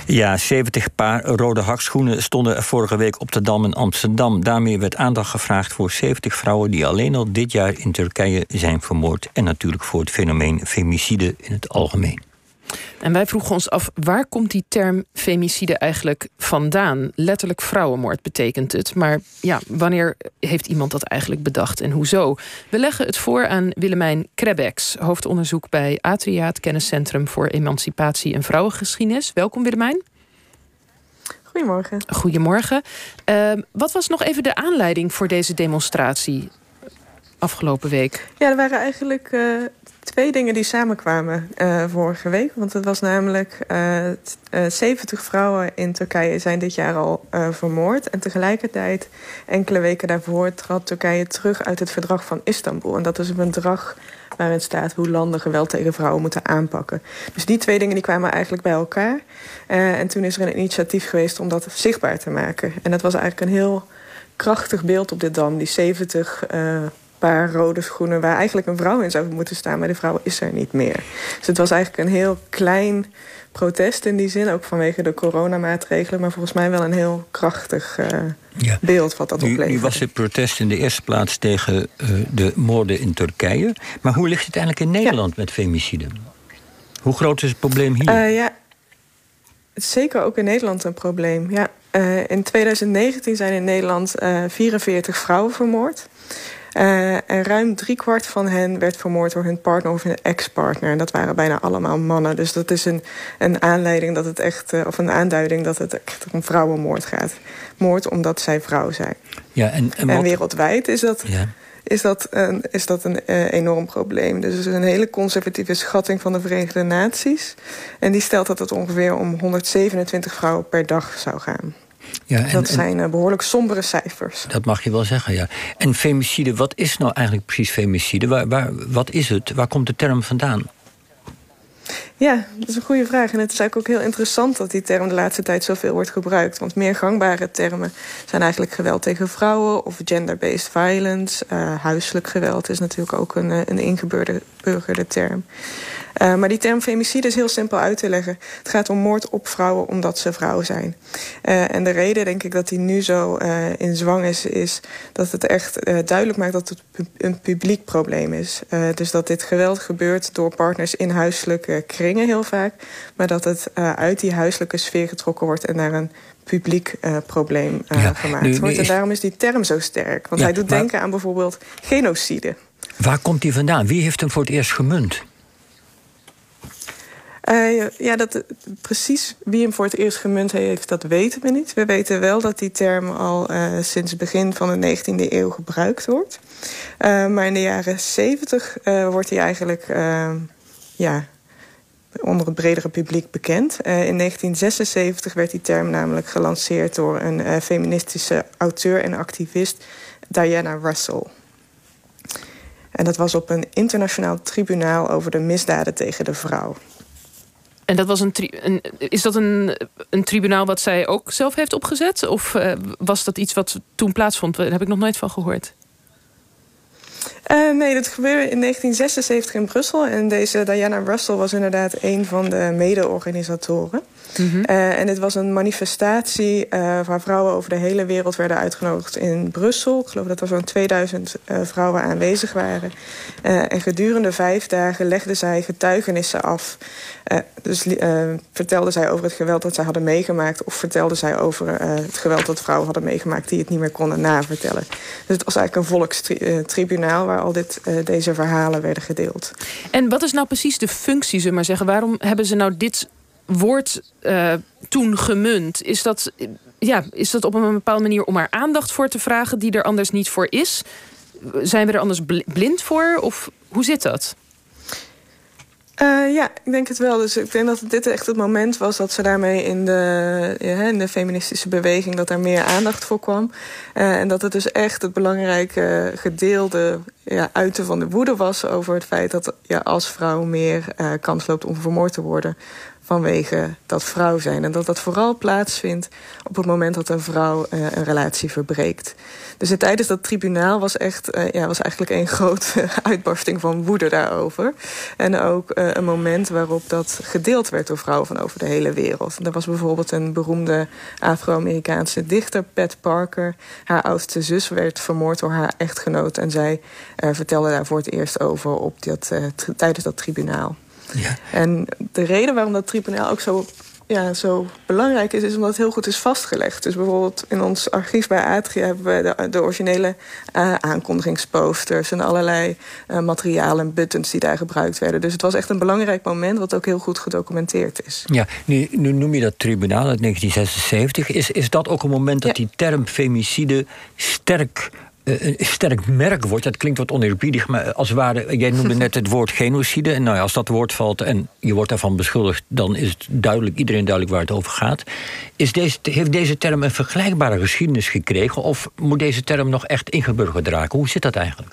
Ja, 70 paar rode hakschoenen stonden er vorige week op de Dam in Amsterdam. Daarmee werd aandacht gevraagd voor 70 vrouwen die alleen al dit jaar in Turkije zijn vermoord. En natuurlijk voor het fenomeen femicide in het algemeen. En wij vroegen ons af, waar komt die term femicide eigenlijk vandaan? Letterlijk vrouwenmoord betekent het. Maar ja, wanneer heeft iemand dat eigenlijk bedacht en hoezo? We leggen het voor aan Willemijn Krebeks, hoofdonderzoek bij Atria, het Kenniscentrum voor Emancipatie en Vrouwengeschiedenis. Welkom Willemijn. Goedemorgen. Goedemorgen. Wat was nog even de aanleiding voor deze demonstratie afgelopen week? Ja, er waren eigenlijk twee dingen die samenkwamen vorige week. Want het was namelijk 70 vrouwen in Turkije zijn dit jaar al vermoord. En tegelijkertijd, enkele weken daarvoor, trad Turkije terug uit het verdrag van Istanbul. En dat is een verdrag waarin staat hoe landen geweld tegen vrouwen moeten aanpakken. Dus die twee dingen die kwamen eigenlijk bij elkaar. En toen is er een initiatief geweest om dat zichtbaar te maken. En dat was eigenlijk een heel krachtig beeld op de Dam. Die 70 paar rode schoenen waar eigenlijk een vrouw in zou moeten staan, maar de vrouw is er niet meer. Dus het was eigenlijk een heel klein protest in die zin, ook vanwege de coronamaatregelen, maar volgens mij wel een heel krachtig beeld wat dat oplevert. Nu was het protest in de eerste plaats tegen de moorden in Turkije. Maar hoe ligt het eigenlijk in Nederland met femicide? Hoe groot is het probleem hier? Het is zeker ook in Nederland een probleem. Ja, in 2019 zijn in Nederland 44 vrouwen vermoord. En ruim 3/4 van hen werd vermoord door hun partner of hun ex-partner. En dat waren bijna allemaal mannen. Dus dat is een aanleiding dat het echt, of een aanduiding dat het echt om vrouwenmoord gaat. Moord omdat zij vrouw zijn. Ja, en wereldwijd is dat een enorm probleem. Dus er is een hele conservatieve schatting van de Verenigde Naties. En die stelt dat het ongeveer om 127 vrouwen per dag zou gaan. Ja, dat zijn behoorlijk sombere cijfers. Dat mag je wel zeggen, ja. En femicide, wat is nou eigenlijk precies femicide? Wat is het? Waar komt de term vandaan? Ja, dat is een goede vraag. En het is eigenlijk ook heel interessant dat die term de laatste tijd zoveel wordt gebruikt. Want meer gangbare termen zijn eigenlijk geweld tegen vrouwen of gender-based violence. Huiselijk geweld is natuurlijk ook een ingeburgerde term. Maar die term femicide is heel simpel uit te leggen. Het gaat om moord op vrouwen omdat ze vrouw zijn. En de reden, denk ik, dat die nu zo in zwang is dat het echt duidelijk maakt dat het een publiek probleem is. Dus dat dit geweld gebeurt door partners in huiselijke kringen heel vaak. Maar dat het uit die huiselijke sfeer getrokken wordt en naar een publiek probleem gemaakt wordt. En daarom is die term zo sterk. Want hij doet denken aan bijvoorbeeld genocide. Waar komt die vandaan? Wie heeft hem voor het eerst gemunt? Precies wie hem voor het eerst gemunt heeft, dat weten we niet. We weten wel dat die term al sinds het begin van de 19e eeuw gebruikt wordt. Maar in de jaren 70 wordt hij eigenlijk onder het bredere publiek bekend. In 1976 werd die term namelijk gelanceerd door een feministische auteur en activist, Diana Russell. En dat was op een internationaal tribunaal over de misdaden tegen de vrouw. En dat was is dat een tribunaal wat zij ook zelf heeft opgezet? Of was dat iets wat toen plaatsvond? Daar heb ik nog nooit van gehoord. Nee, dat gebeurde in 1976 in Brussel. En deze Diana Russell was inderdaad een van de mede-organisatoren. Mm-hmm. En dit was een manifestatie waar vrouwen over de hele wereld werden uitgenodigd in Brussel. Ik geloof dat er zo'n 2000 vrouwen aanwezig waren. En gedurende 5 dagen legden zij getuigenissen af. Dus vertelden zij over het geweld dat zij hadden meegemaakt, of vertelden zij over het geweld dat vrouwen hadden meegemaakt die het niet meer konden navertellen. Dus het was eigenlijk een volkstribunaal waar al deze verhalen werden gedeeld. En wat is nou precies de functie, zullen we maar zeggen? Waarom hebben ze nou dit woord toen gemunt? Is dat op een bepaalde manier om er aandacht voor te vragen die er anders niet voor is? Zijn we er anders blind voor? Of hoe zit dat? Ja, ik denk het wel. Dus ik denk dat dit echt het moment was dat ze daarmee in de feministische beweging, dat daar meer aandacht voor kwam. En dat het dus echt het belangrijke gedeelde uiten van de woede was over het feit dat als vrouw meer kans loopt om vermoord te worden vanwege dat vrouw zijn. En dat vooral plaatsvindt op het moment dat een vrouw een relatie verbreekt. Dus tijdens dat tribunaal was eigenlijk een grote uitbarsting van woede daarover. En ook een moment waarop dat gedeeld werd door vrouwen van over de hele wereld. Er was bijvoorbeeld een beroemde Afro-Amerikaanse dichter, Pat Parker. Haar oudste zus werd vermoord door haar echtgenoot. En zij vertelde daar voor het eerst over tijdens dat tribunaal. Ja. En de reden waarom dat tribunaal ook zo belangrijk is omdat het heel goed is vastgelegd. Dus bijvoorbeeld in ons archief bij Atria hebben we de originele aankondigingsposters en allerlei materialen en buttons die daar gebruikt werden. Dus het was echt een belangrijk moment wat ook heel goed gedocumenteerd is. Ja, nu noem je dat tribunaal uit 1976. Is dat ook een moment dat die term femicide een sterk merk wordt? Dat klinkt wat oneerbiedig, maar als het ware, jij noemde net het woord genocide. En als dat woord valt en je wordt daarvan beschuldigd, dan is het iedereen duidelijk waar het over gaat. Heeft deze term een vergelijkbare geschiedenis gekregen, of moet deze term nog echt ingeburgerd raken? Hoe zit dat eigenlijk?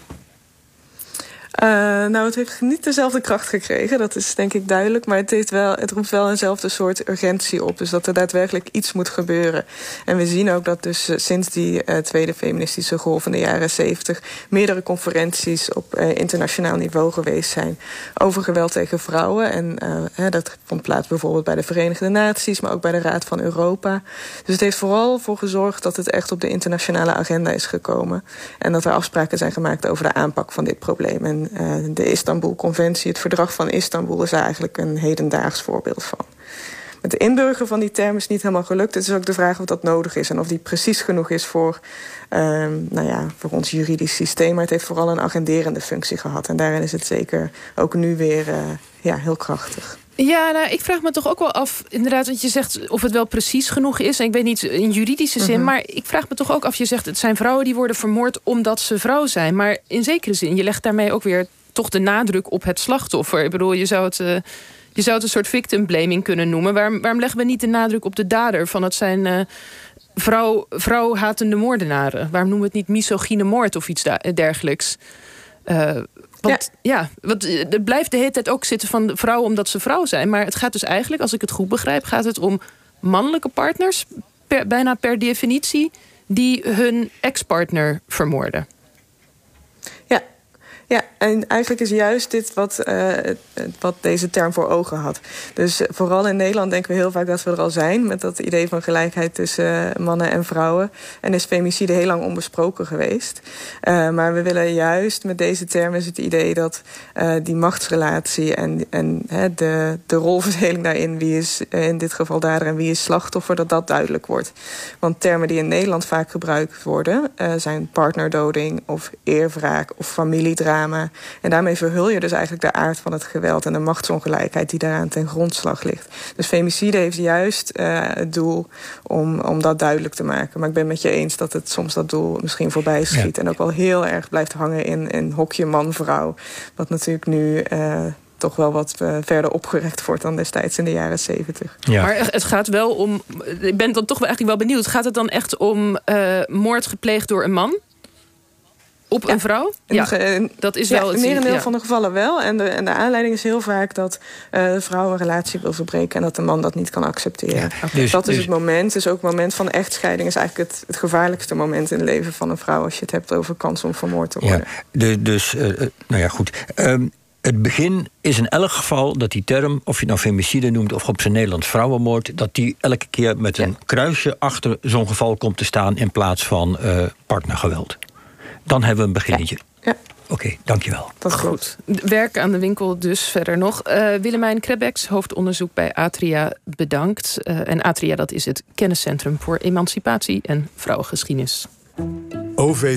Het heeft niet dezelfde kracht gekregen, dat is denk ik duidelijk. Maar het roept wel eenzelfde soort urgentie op. Dus dat er daadwerkelijk iets moet gebeuren. En we zien ook dat dus sinds die tweede feministische golf in de jaren 70... meerdere conferenties op internationaal niveau geweest zijn over geweld tegen vrouwen. En dat vond plaats bijvoorbeeld bij de Verenigde Naties, maar ook bij de Raad van Europa. Dus het heeft vooral voor gezorgd dat het echt op de internationale agenda is gekomen. En dat er afspraken zijn gemaakt over de aanpak van dit probleem. En de Istanbul-conventie, het verdrag van Istanbul, is daar eigenlijk een hedendaags voorbeeld van. Met de inburgeren van die term is niet helemaal gelukt. Het is ook de vraag of dat nodig is en of die precies genoeg is voor ons juridisch systeem. Maar het heeft vooral een agenderende functie gehad. En daarin is het zeker ook nu weer heel krachtig. Ja, ik vraag me toch ook wel af, inderdaad, want je zegt of het wel precies genoeg is. En ik weet niet in juridische zin, maar ik vraag me toch ook af, je zegt het zijn vrouwen die worden vermoord omdat ze vrouw zijn. Maar in zekere zin, je legt daarmee ook weer toch de nadruk op het slachtoffer. Ik bedoel, je zou het een soort victim blaming kunnen noemen. Waarom leggen we niet de nadruk op de dader? Van het zijn vrouw-hatende moordenaren. Waarom noemen we het niet misogyne moord of iets dergelijks? Want het blijft de hele tijd ook zitten van vrouwen omdat ze vrouw zijn. Maar het gaat dus eigenlijk, als ik het goed begrijp, gaat het om mannelijke partners, bijna per definitie, die hun ex-partner vermoorden. Ja, en eigenlijk is juist dit wat deze term voor ogen had. Dus vooral in Nederland denken we heel vaak dat we er al zijn met dat idee van gelijkheid tussen mannen en vrouwen. En is femicide heel lang onbesproken geweest. Maar we willen juist met deze term is het idee dat die machtsrelatie en de rolverdeling daarin, wie is in dit geval dader en wie is slachtoffer, dat duidelijk wordt. Want termen die in Nederland vaak gebruikt worden zijn partnerdoding of eerwraak of familiedrama. En daarmee verhul je dus eigenlijk de aard van het geweld en de machtsongelijkheid die daaraan ten grondslag ligt. Dus femicide heeft juist het doel om dat duidelijk te maken. Maar ik ben met je eens dat het soms dat doel misschien voorbij schiet. Ja. En ook wel heel erg blijft hangen in hokje man-vrouw. Wat natuurlijk nu toch wel wat verder opgerekt wordt dan destijds in de jaren 70. Ja. Maar het gaat wel om, ik ben dan toch wel eigenlijk wel benieuwd, gaat het dan echt om moord gepleegd door een man? Op een vrouw? Ja, dat is wel het merendeel van de gevallen wel. En de aanleiding is heel vaak dat de vrouw een relatie wil verbreken en dat de man dat niet kan accepteren. Ja, okay. Dat is het moment. Dus ook het moment van echtscheiding is eigenlijk het gevaarlijkste moment in het leven van een vrouw als je het hebt over kans om vermoord te worden. Goed. Het begin is in elk geval dat die term, of je het nou femicide noemt of op zijn Nederlands vrouwenmoord, dat die elke keer met een kruisje achter zo'n geval komt te staan in plaats van partnergeweld. Dan hebben we een beginnetje. Ja. Oké, dankjewel. Dat is goed. Werk aan de winkel dus verder nog. Willemijn Krebeks, hoofdonderzoek bij Atria, bedankt. En Atria, dat is het kenniscentrum voor emancipatie en vrouwengeschiedenis.